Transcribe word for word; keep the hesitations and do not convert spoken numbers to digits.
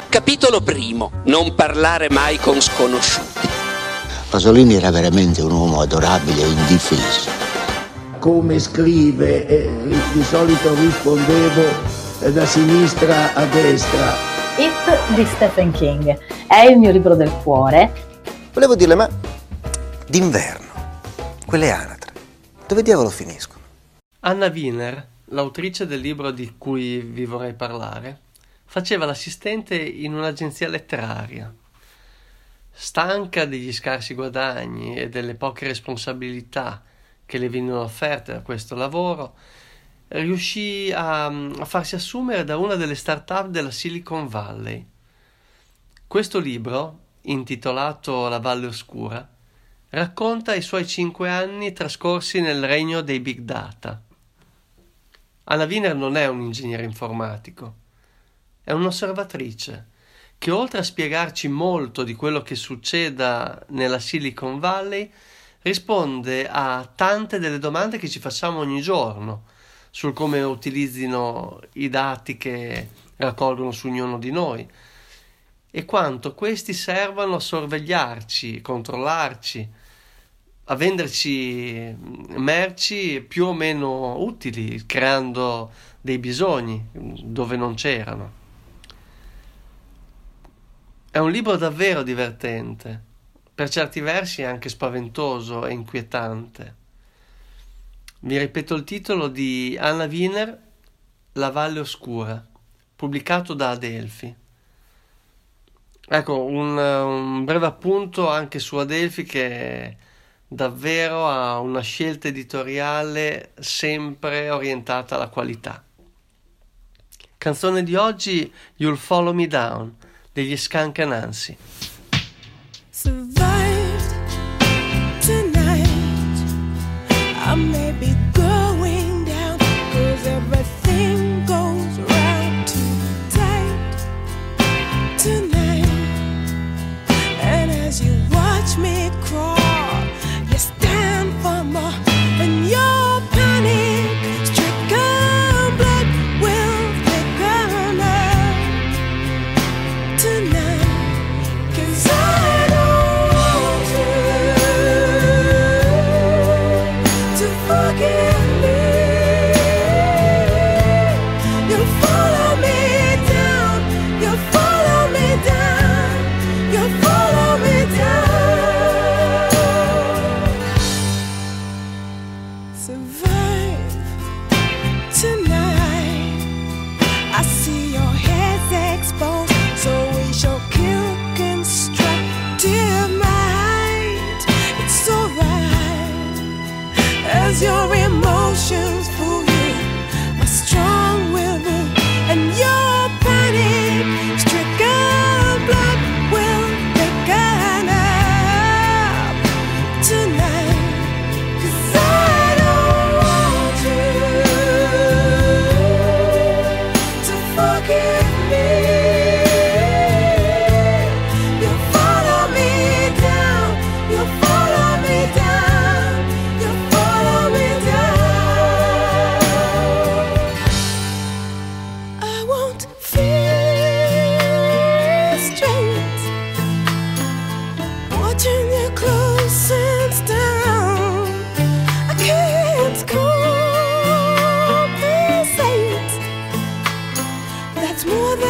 Capitolo primo. Non parlare mai con sconosciuti. Pasolini era veramente un uomo adorabile e indifeso. Come scrive, eh, di solito rispondevo eh, da sinistra a destra. It di Stephen King è il mio libro del cuore. Volevo dirle, ma d'inverno, quelle anatre, dove diavolo finiscono? Anna Wiener, l'autrice del libro di cui vi vorrei parlare, faceva l'assistente in un'agenzia letteraria. Stanca degli scarsi guadagni e delle poche responsabilità che le venivano offerte da questo lavoro, riuscì a, a farsi assumere da una delle start-up della Silicon Valley. Questo libro, intitolato La Valle Oscura, racconta i suoi cinque anni trascorsi nel regno dei big data. Anna Wiener non è un ingegnere informatico, è un'osservatrice che, oltre a spiegarci molto di quello che succeda nella Silicon Valley, risponde a tante delle domande che ci facciamo ogni giorno sul come utilizzino i dati che raccolgono su ognuno di noi e quanto questi servano a sorvegliarci, controllarci, a venderci merci più o meno utili, creando dei bisogni dove non c'erano. È un libro davvero divertente, per certi versi anche spaventoso e inquietante. Vi ripeto il titolo di Anna Wiener, La Valle Oscura, pubblicato da Adelphi. Ecco, un, un breve appunto anche su Adelphi, che davvero ha una scelta editoriale sempre orientata alla qualità. Canzone di oggi, You'll Follow Me Down, degli Skunk Anansi. Survived tonight. I may be going down, 'cause everything goes round too tight tonight. And as you watch me crawl, you stand for more, and your panic stricken blood will thicken up tonight. 'Cause I don't want you to forgive me. You follow me down, you follow me down, you follow me down. Survive tonight. I see your head's exposed, so we shall kill constructive might. It's alright as your emotions fool you, my strong will rule, and your panic stricken blood will thicken up tonight. 'Cause I don't want you to forgive me. You follow me down, you follow me down, you follow me down. I won't feel straight, watching you close and down. I can't compensate. That's more than